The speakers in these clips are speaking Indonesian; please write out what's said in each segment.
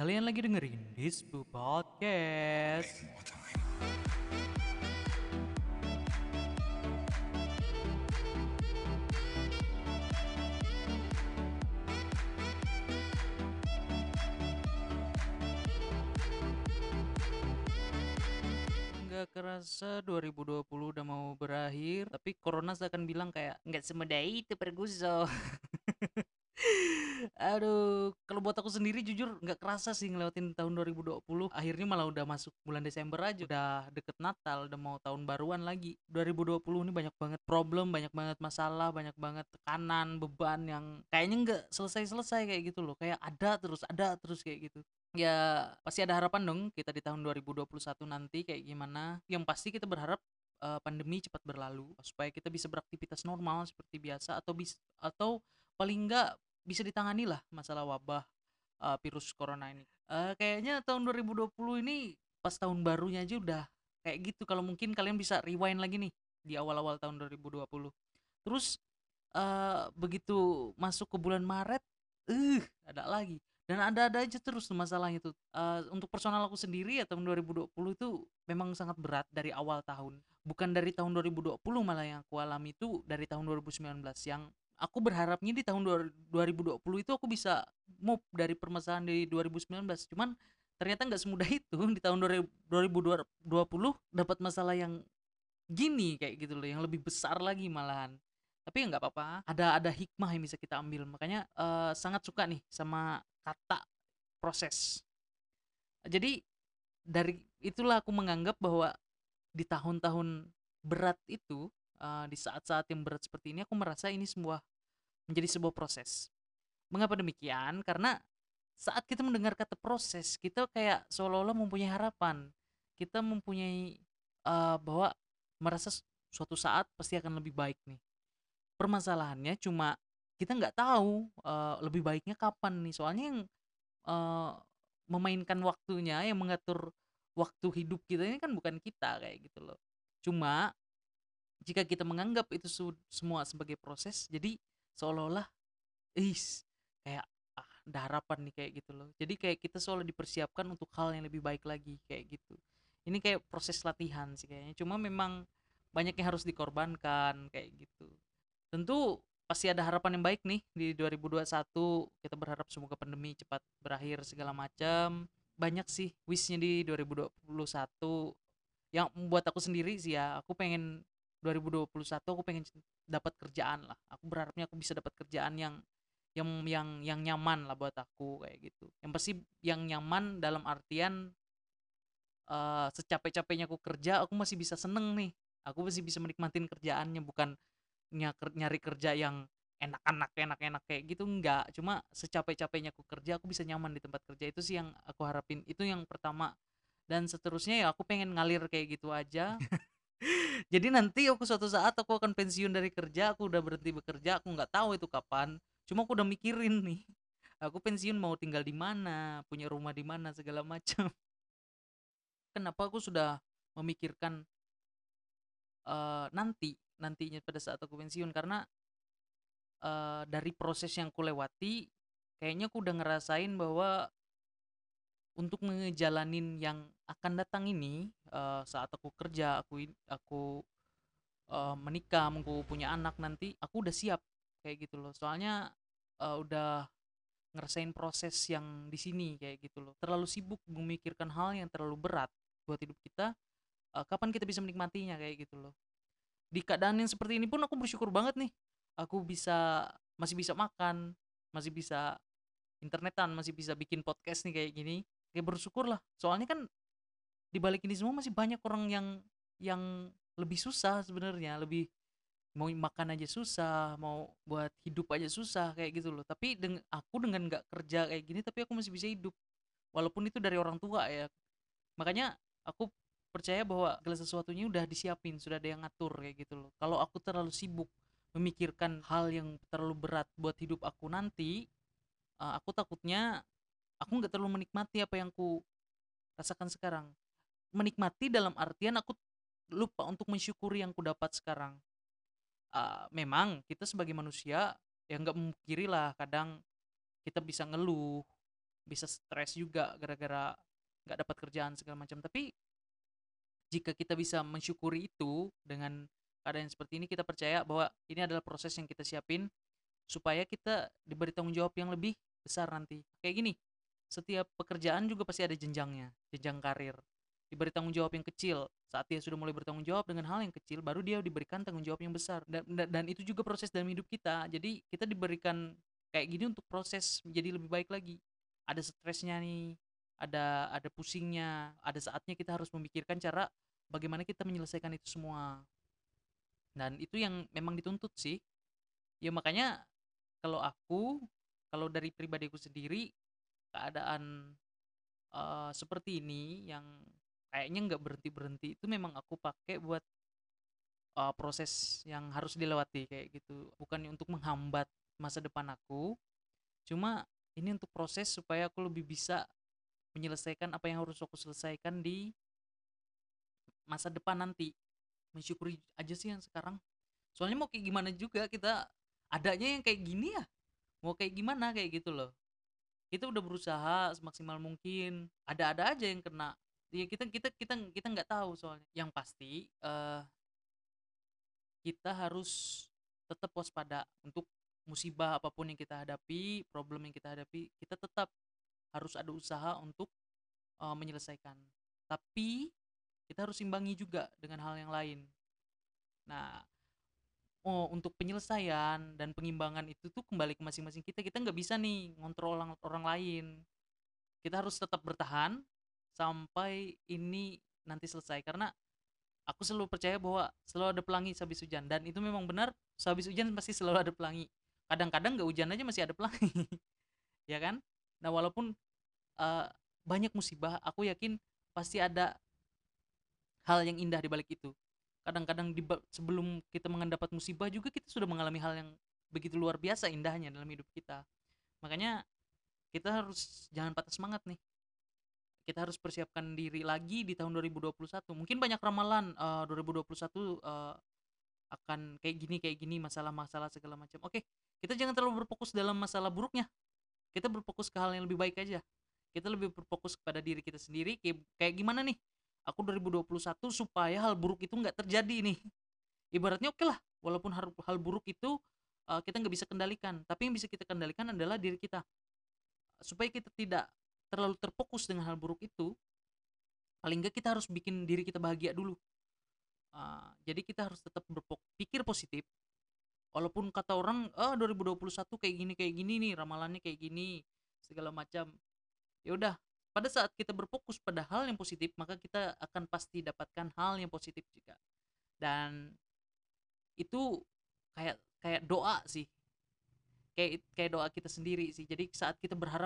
Kalian lagi dengerin Disbu Podcast. Nggak kerasa 2020 udah mau berakhir, tapi Corona seakan bilang kayak nggak semudah itu Perguso. Aduh, kalau buat aku sendiri jujur nggak kerasa sih ngelewatin tahun 2020. Akhirnya malah udah masuk bulan Desember aja, udah deket Natal, udah mau tahun baruan lagi. 2020 ini banyak banget problem, banyak banget masalah, banyak banget tekanan, beban yang kayaknya nggak selesai-selesai kayak gitu loh. Kayak ada terus kayak gitu. Ya pasti ada harapan dong kita di tahun 2021 nanti kayak gimana. Yang pasti kita berharap pandemi cepat berlalu supaya kita bisa beraktivitas normal seperti biasa atau paling enggak bisa ditangani lah masalah wabah virus corona ini. Kayaknya tahun 2020 ini pas tahun barunya aja udah kayak gitu. Kalau mungkin kalian bisa rewind lagi nih di awal-awal tahun 2020. Terus begitu masuk ke bulan Maret, ada lagi. Dan ada-ada aja terus tuh masalahnya tuh. Untuk personal aku sendiri ya tahun 2020 itu memang sangat berat dari awal tahun. Bukan dari tahun 2020 malah yang aku alami itu dari tahun 2019 yang aku berharapnya di tahun 2020 itu aku bisa move dari permasalahan di 2019. Cuman ternyata nggak semudah itu di tahun 2020 dapat masalah yang gini kayak gitu loh, yang lebih besar lagi malahan. Tapi ya nggak apa-apa, ada hikmah yang bisa kita ambil. Makanya sangat suka nih sama kata proses. Jadi dari itulah aku menganggap bahwa di tahun-tahun berat itu, di saat-saat yang berat seperti ini aku merasa ini menjadi sebuah proses. Mengapa demikian? Karena saat kita mendengar kata proses, kita kayak seolah-olah mempunyai harapan. Kita mempunyai bahwa merasa suatu saat pasti akan lebih baik nih. Permasalahannya cuma kita nggak tahu lebih baiknya kapan nih. Soalnya yang eh, memainkan waktunya, yang mengatur waktu hidup kita ini kan bukan kita kayak gitu loh. Cuma jika kita menganggap itu semua sebagai proses, jadi seolah-olah is kayak ada harapan nih kayak gitu loh. Jadi kayak kita selalu dipersiapkan untuk hal yang lebih baik lagi kayak gitu. Ini kayak proses latihan sih kayaknya. Cuma memang banyak yang harus dikorbankan kayak gitu. Tentu pasti ada harapan yang baik nih di 2021. Kita berharap semoga pandemi cepat berakhir segala macam. Banyak sih wishnya di 2021 yang membuat aku sendiri sih ya. Aku pengen 2021 aku pengen dapat kerjaan lah. Aku berharapnya aku bisa dapat kerjaan yang nyaman lah buat aku kayak gitu. Yang pasti yang nyaman dalam artian secapek-capeknya aku kerja, aku masih bisa seneng nih. Aku masih bisa menikmatin kerjaannya, bukan nyari kerja yang enak-enak kayak gitu enggak. Cuma secapek-capeknya aku kerja, aku bisa nyaman di tempat kerja. Itu sih yang aku harapin. Itu yang pertama. Dan seterusnya ya aku pengen ngalir kayak gitu aja. Jadi nanti aku suatu saat aku akan pensiun dari kerja, aku udah berhenti bekerja, aku nggak tahu itu kapan. Cuma aku udah mikirin nih, aku pensiun mau tinggal di mana, punya rumah di mana segala macam. Kenapa aku sudah memikirkan nantinya pada saat aku pensiun karena dari proses yang aku lewati, kayaknya aku udah ngerasain bahwa untuk ngejalanin yang akan datang ini, saat aku kerja, aku menikah, aku punya anak nanti, aku udah siap kayak gitu loh. Soalnya udah ngerasain proses yang di sini kayak gitu loh. Terlalu sibuk memikirkan hal yang terlalu berat buat hidup kita, kapan kita bisa menikmatinya kayak gitu loh. Di keadaan yang seperti ini pun aku bersyukur banget nih. Aku masih bisa makan, masih bisa internetan, masih bisa bikin podcast nih kayak gini. Kayak bersyukur lah. Soalnya kan di balik ini semua masih banyak orang yang lebih susah sebenarnya, lebih mau makan aja susah, mau buat hidup aja susah kayak gitu loh. Tapi aku dengan nggak kerja kayak gini, tapi aku masih bisa hidup. Walaupun itu dari orang tua ya. Makanya aku percaya bahwa segala sesuatunya udah disiapin, sudah ada yang ngatur kayak gitu loh. Kalau aku terlalu sibuk memikirkan hal yang terlalu berat buat hidup aku nanti, aku takutnya aku nggak terlalu menikmati apa yang aku rasakan sekarang. Menikmati dalam artian aku lupa untuk mensyukuri yang ku dapat sekarang. Memang kita sebagai manusia ya nggak memungkiri lah kadang kita bisa ngeluh, bisa stres juga gara-gara nggak dapat kerjaan segala macam. Tapi jika kita bisa mensyukuri itu dengan keadaan seperti ini, kita percaya bahwa ini adalah proses yang kita siapin supaya kita diberi tanggung jawab yang lebih besar nanti. Kayak gini, setiap pekerjaan juga pasti ada jenjangnya, jenjang karir. Diberi tanggung jawab yang kecil, saat dia sudah mulai bertanggung jawab dengan hal yang kecil, baru dia diberikan tanggung jawab yang besar. Dan itu juga proses dalam hidup kita. Jadi kita diberikan kayak gini untuk proses menjadi lebih baik lagi. Ada stresnya nih, ada pusingnya, ada saatnya kita harus memikirkan cara bagaimana kita menyelesaikan itu semua. Dan itu yang memang dituntut sih. Ya makanya kalau kalau dari pribadiku sendiri, keadaan seperti ini yang kayaknya nggak berhenti-berhenti itu memang aku pakai buat proses yang harus dilewati kayak gitu. Bukannya untuk menghambat masa depan aku, cuma ini untuk proses supaya aku lebih bisa menyelesaikan apa yang harus aku selesaikan di masa depan nanti. Mensyukuri aja sih yang sekarang. Soalnya mau kayak gimana juga kita adanya yang kayak gini ya. Mau kayak gimana kayak gitu loh. Kita udah berusaha semaksimal mungkin, ada-ada aja yang kena. Ya kita kita kita kita nggak tahu soalnya. Yang pasti kita harus tetap waspada untuk musibah apapun yang kita hadapi, problem yang kita hadapi, kita tetap harus ada usaha untuk menyelesaikan. Tapi kita harus imbangi juga dengan hal yang lain. Nah, untuk penyelesaian dan pengimbangan itu tuh kembali ke masing-masing kita. Kita nggak bisa nih ngontrol orang orang lain. Kita harus tetap bertahan sampai ini nanti selesai, karena aku selalu percaya bahwa selalu ada pelangi sehabis hujan, dan itu memang benar, sehabis hujan pasti selalu ada pelangi. Kadang-kadang nggak hujan aja masih ada pelangi. Ya kan? Nah, walaupun eh, banyak musibah, aku yakin pasti ada hal yang indah di balik itu. Kadang-kadang sebelum kita mendapat musibah juga kita sudah mengalami hal yang begitu luar biasa indahnya dalam hidup kita. Makanya kita harus jangan patah semangat nih. Kita harus persiapkan diri lagi di tahun 2021. Mungkin banyak ramalan 2021 akan kayak gini masalah-masalah segala macam. Oke, kita jangan terlalu berfokus dalam masalah buruknya. Kita berfokus ke hal yang lebih baik aja. Kita lebih berfokus kepada diri kita sendiri, kayak gimana nih? Aku 2021 supaya hal buruk itu nggak terjadi nih. Ibaratnya oke lah, walaupun hal buruk itu kita nggak bisa kendalikan, tapi yang bisa kita kendalikan adalah diri kita. Supaya kita tidak terlalu terfokus dengan hal buruk itu, paling nggak kita harus bikin diri kita bahagia dulu. Jadi kita harus tetap berpikir positif, walaupun kata orang 2021 kayak gini nih, ramalannya kayak gini segala macam. Ya udah, pada saat kita berfokus pada hal yang positif, maka kita akan pasti dapatkan hal yang positif juga. Dan itu kayak kayak doa sih, kayak kayak doa kita sendiri sih. Jadi saat kita berharap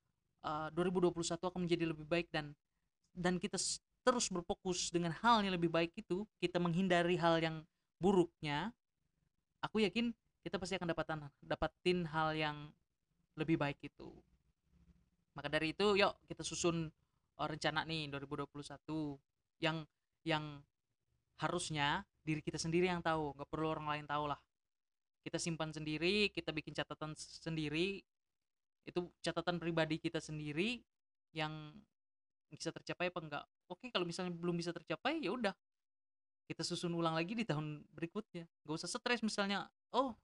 2021 akan menjadi lebih baik, dan kita terus berfokus dengan hal yang lebih baik itu, kita menghindari hal yang buruknya, aku yakin kita pasti akan dapatin hal yang lebih baik itu. Maka dari itu, yuk kita susun rencana nih 2021 yang yang harusnya diri kita sendiri yang tahu, nggak perlu orang lain tahu lah. Kita simpan sendiri, kita bikin catatan sendiri, itu catatan pribadi kita sendiri yang bisa tercapai apa enggak. Oke, kalau misalnya belum bisa tercapai, ya udah kita susun ulang lagi di tahun berikutnya. Gak usah stres misalnya. Oh,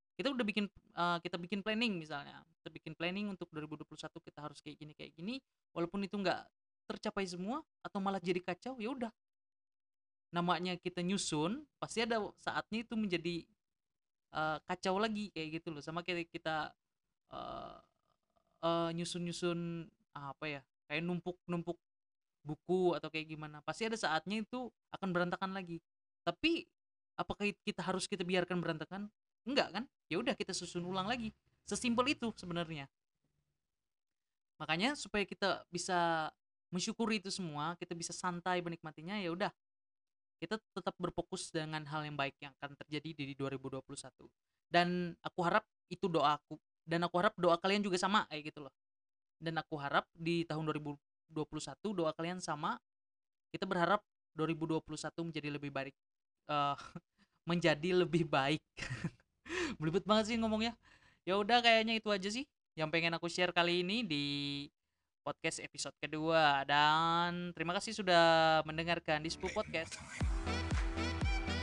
kita bikin planning misalnya. Kita bikin planning untuk 2021 kita harus kayak gini. Walaupun itu enggak tercapai semua atau malah jadi kacau, ya udah. Namanya kita nyusun, pasti ada saatnya itu menjadi kacau lagi kayak gitu loh. Sama kayak kita uh, nyusun-nyusun apa ya? Kayak numpuk-numpuk buku atau kayak gimana, pasti ada saatnya itu akan berantakan lagi. Tapi apakah kita biarkan berantakan? Enggak kan? Ya udah, kita susun ulang lagi. Sesimpel itu sebenarnya. Makanya supaya kita bisa mensyukuri itu semua, kita bisa santai menikmatinya, ya udah, kita tetap berfokus dengan hal yang baik yang akan terjadi di 2021. Dan aku harap itu doaku, dan aku harap doa kalian juga sama kayak gitu loh. Dan aku harap di tahun 2021 doa kalian sama. Kita berharap 2021 menjadi lebih baik, uh, menjadi lebih baik. Belibet banget sih ngomongnya. Ya udah, kayaknya itu aja sih yang pengen aku share kali ini di podcast episode kedua. Dan terima kasih sudah mendengarkan di Spu Podcast.